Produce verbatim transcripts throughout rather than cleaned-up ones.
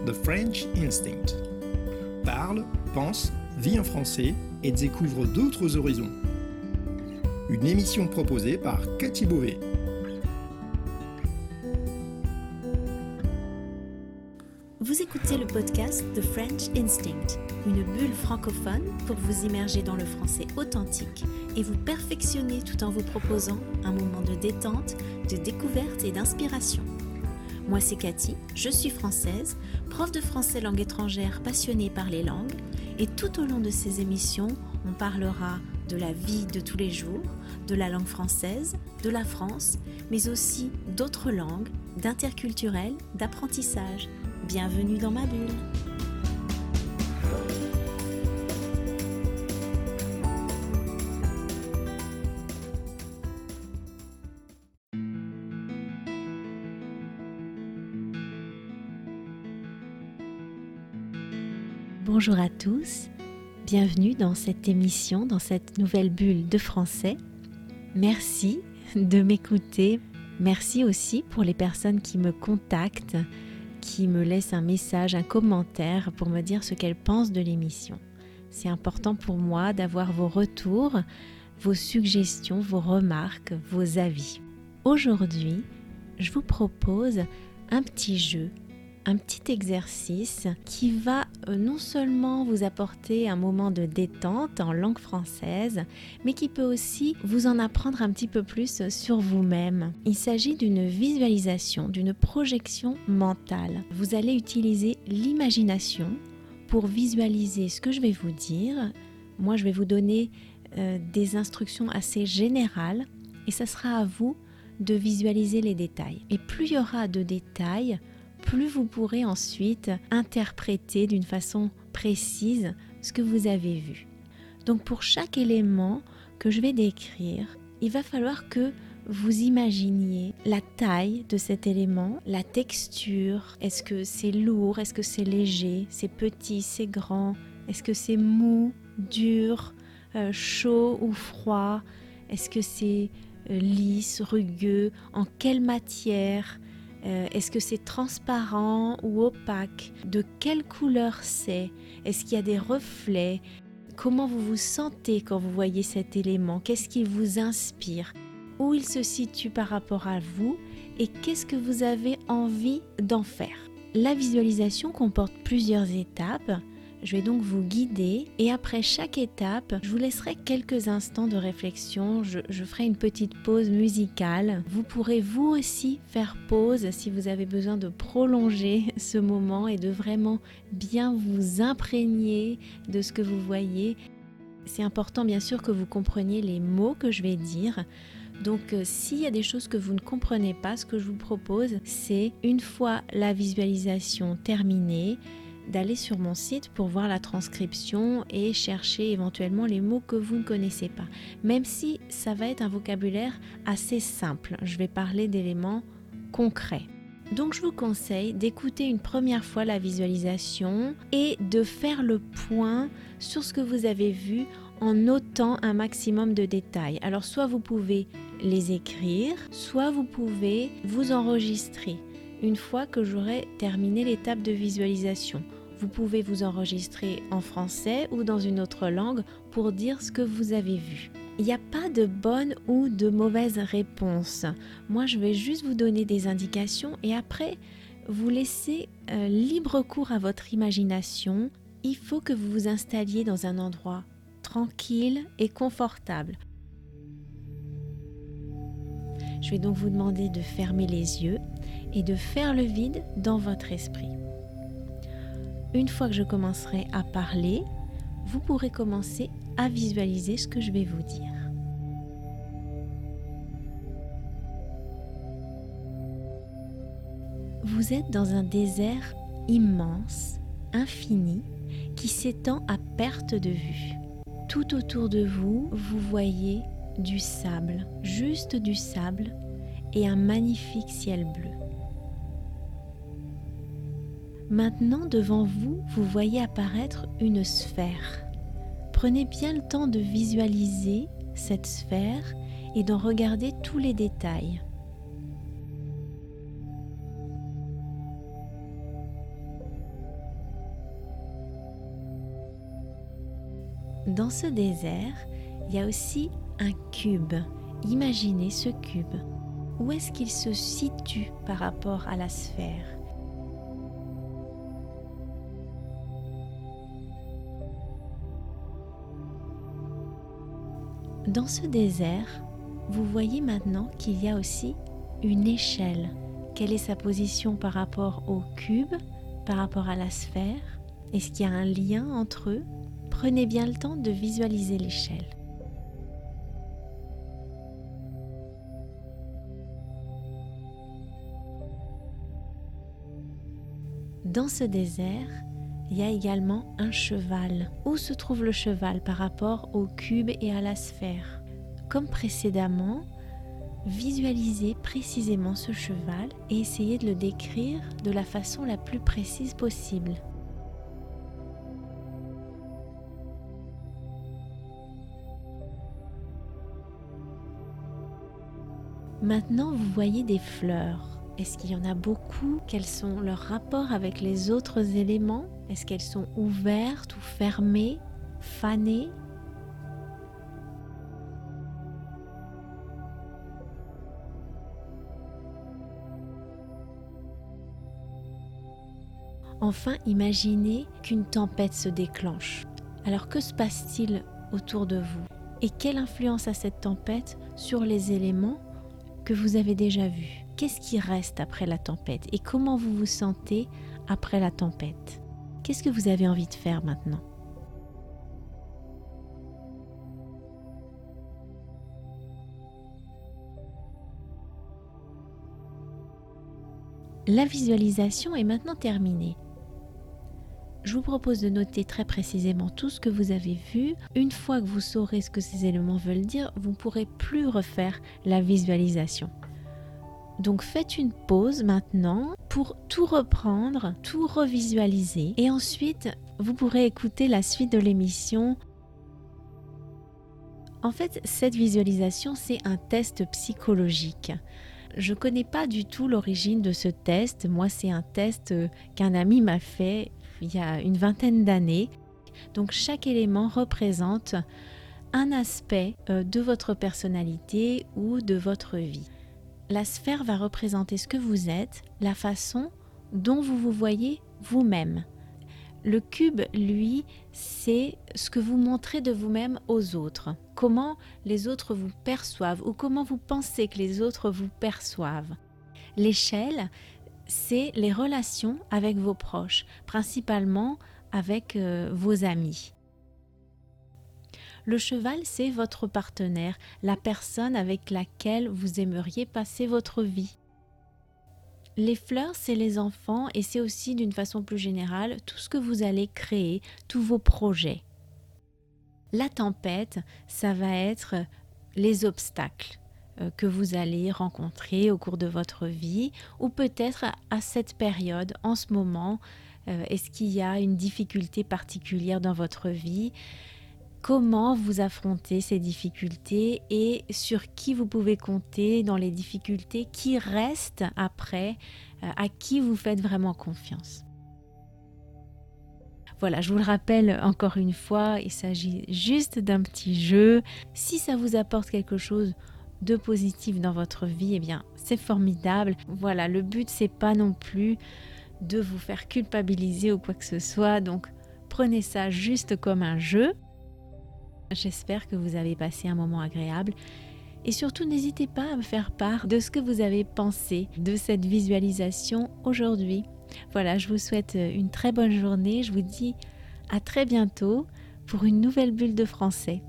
The French Instinct. Parle, pense, vit en français et découvre d'autres horizons. Une émission proposée par Cathy Beauvais. Vous écoutez le podcast The French Instinct, une bulle francophone pour vous immerger dans le français authentique et vous perfectionner tout en vous proposant un moment de détente, de découverte et d'inspiration. Moi c'est Cathy, je suis française, prof de français langue étrangère passionnée par les langues et tout au long de ces émissions, on parlera de la vie de tous les jours, de la langue française, de la France, mais aussi d'autres langues, d'interculturel, d'apprentissage. Bienvenue dans ma bulle. Bonjour à tous, bienvenue dans cette émission, dans cette nouvelle bulle de français. Merci de m'écouter, merci aussi pour les personnes qui me contactent, qui me laissent un message, un commentaire pour me dire ce qu'elles pensent de l'émission. C'est important pour moi d'avoir vos retours, vos suggestions, vos remarques, vos avis. Aujourd'hui, je vous propose un petit jeu, un petit exercice qui va non seulement vous apporter un moment de détente en langue française, mais qui peut aussi vous en apprendre un petit peu plus sur vous-même. Il s'agit d'une visualisation, d'une projection mentale. Vous allez utiliser l'imagination pour visualiser ce que je vais vous dire. Moi, je vais vous donner euh, des instructions assez générales et ça sera à vous de visualiser les détails. Et plus il y aura de détails, plus vous pourrez ensuite interpréter d'une façon précise ce que vous avez vu. Donc pour chaque élément que je vais décrire, il va falloir que vous imaginiez la taille de cet élément, la texture, est-ce que c'est lourd, est-ce que c'est léger, c'est petit, c'est grand, est-ce que c'est mou, dur, euh, chaud ou froid, est-ce que c'est euh, lisse, rugueux, en quelle matière ? Euh, est-ce que c'est transparent ou opaque? De quelle couleur c'est? Est-ce qu'il y a des reflets? Comment vous vous sentez quand vous voyez cet élément? Qu'est-ce qui vous inspire? Où il se situe par rapport à vous? Et qu'est-ce que vous avez envie d'en faire? La visualisation comporte plusieurs étapes. Je vais donc vous guider et après chaque étape, je vous laisserai quelques instants de réflexion. Je, je ferai une petite pause musicale. Vous pourrez vous aussi faire pause si vous avez besoin de prolonger ce moment et de vraiment bien vous imprégner de ce que vous voyez. C'est important bien sûr que vous compreniez les mots que je vais dire. Donc euh, s'il y a des choses que vous ne comprenez pas, ce que je vous propose, c'est une fois la visualisation terminée, d'aller sur mon site pour voir la transcription et chercher éventuellement les mots que vous ne connaissez pas. Même si ça va être un vocabulaire assez simple, je vais parler d'éléments concrets. Donc je vous conseille d'écouter une première fois la visualisation et de faire le point sur ce que vous avez vu en notant un maximum de détails. Alors soit vous pouvez les écrire, soit vous pouvez vous enregistrer. Une fois que j'aurai terminé l'étape de visualisation, vous pouvez vous enregistrer en français ou dans une autre langue pour dire ce que vous avez vu. Il n'y a pas de bonne ou de mauvaise réponse. Moi, je vais juste vous donner des indications et après, vous laissez euh, libre cours à votre imagination. Il faut que vous vous installiez dans un endroit tranquille et confortable. Je vais donc vous demander de fermer les yeux et de faire le vide dans votre esprit. Une fois que je commencerai à parler, vous pourrez commencer à visualiser ce que je vais vous dire. Vous êtes dans un désert immense, infini, qui s'étend à perte de vue. Tout autour de vous, vous voyez du sable, juste du sable et un magnifique ciel bleu. Maintenant, devant vous, vous voyez apparaître une sphère. Prenez bien le temps de visualiser cette sphère et d'en regarder tous les détails. Dans ce désert, il y a aussi un cube. Imaginez ce cube. Où est-ce qu'il se situe par rapport à la sphère ? Dans ce désert, vous voyez maintenant qu'il y a aussi une échelle. Quelle est sa position par rapport au cube, par rapport à la sphère ? Est-ce qu'il y a un lien entre eux ? Prenez bien le temps de visualiser l'échelle. Dans ce désert, il y a également un cheval. Où se trouve le cheval par rapport au cube et à la sphère ? Comme précédemment, visualisez précisément ce cheval et essayez de le décrire de la façon la plus précise possible. Maintenant, vous voyez des fleurs. Est-ce qu'il y en a beaucoup ? Quels sont leurs rapports avec les autres éléments ? Est-ce qu'elles sont ouvertes ou fermées, fanées ? Enfin, imaginez qu'une tempête se déclenche. Alors que se passe-t-il autour de vous ? Et quelle influence a cette tempête sur les éléments que vous avez déjà vus ? Qu'est-ce qui reste après la tempête et comment vous vous sentez après la tempête ? Qu'est-ce que vous avez envie de faire maintenant ? La visualisation est maintenant terminée. Je vous propose de noter très précisément tout ce que vous avez vu. Une fois que vous saurez ce que ces éléments veulent dire, vous ne pourrez plus refaire la visualisation. Donc faites une pause maintenant pour tout reprendre, tout revisualiser et ensuite vous pourrez écouter la suite de l'émission. En fait, cette visualisation, c'est un test psychologique. Je ne connais pas du tout l'origine de ce test. Moi, c'est un test qu'un ami m'a fait il y a une vingtaine d'années. Donc chaque élément représente un aspect de votre personnalité ou de votre vie. La sphère va représenter ce que vous êtes, la façon dont vous vous voyez vous-même. Le cube, lui, c'est ce que vous montrez de vous-même aux autres. Comment les autres vous perçoivent ou comment vous pensez que les autres vous perçoivent. L'échelle, c'est les relations avec vos proches, principalement avec euh, vos amis. Le cheval, c'est votre partenaire, la personne avec laquelle vous aimeriez passer votre vie. Les fleurs, c'est les enfants et c'est aussi d'une façon plus générale tout ce que vous allez créer, tous vos projets. La tempête, ça va être les obstacles euh, que vous allez rencontrer au cours de votre vie ou peut-être à cette période, en ce moment, euh, est-ce qu'il y a une difficulté particulière dans votre vie ? Comment vous affrontez ces difficultés et sur qui vous pouvez compter dans les difficultés qui restent après, à qui vous faites vraiment confiance. Voilà, je vous le rappelle encore une fois, il s'agit juste d'un petit jeu. Si ça vous apporte quelque chose de positif dans votre vie, eh bien, c'est formidable. Voilà, le but, c'est pas non plus de vous faire culpabiliser ou quoi que ce soit. Donc, prenez ça juste comme un jeu. J'espère que vous avez passé un moment agréable et surtout n'hésitez pas à me faire part de ce que vous avez pensé de cette visualisation aujourd'hui. Voilà, je vous souhaite une très bonne journée, je vous dis à très bientôt pour une nouvelle bulle de français.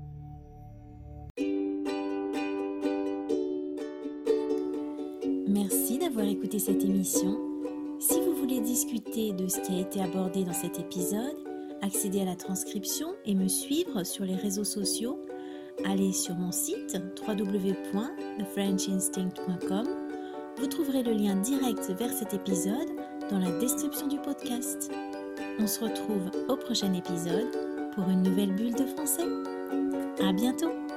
Merci d'avoir écouté cette émission. Si vous voulez discuter de ce qui a été abordé dans cet épisode, accéder à la transcription et me suivre sur les réseaux sociaux, allez sur mon site w w w point the french instinct point com. Vous trouverez le lien direct vers cet épisode dans la description du podcast. On se retrouve au prochain épisode pour une nouvelle bulle de français. À bientôt!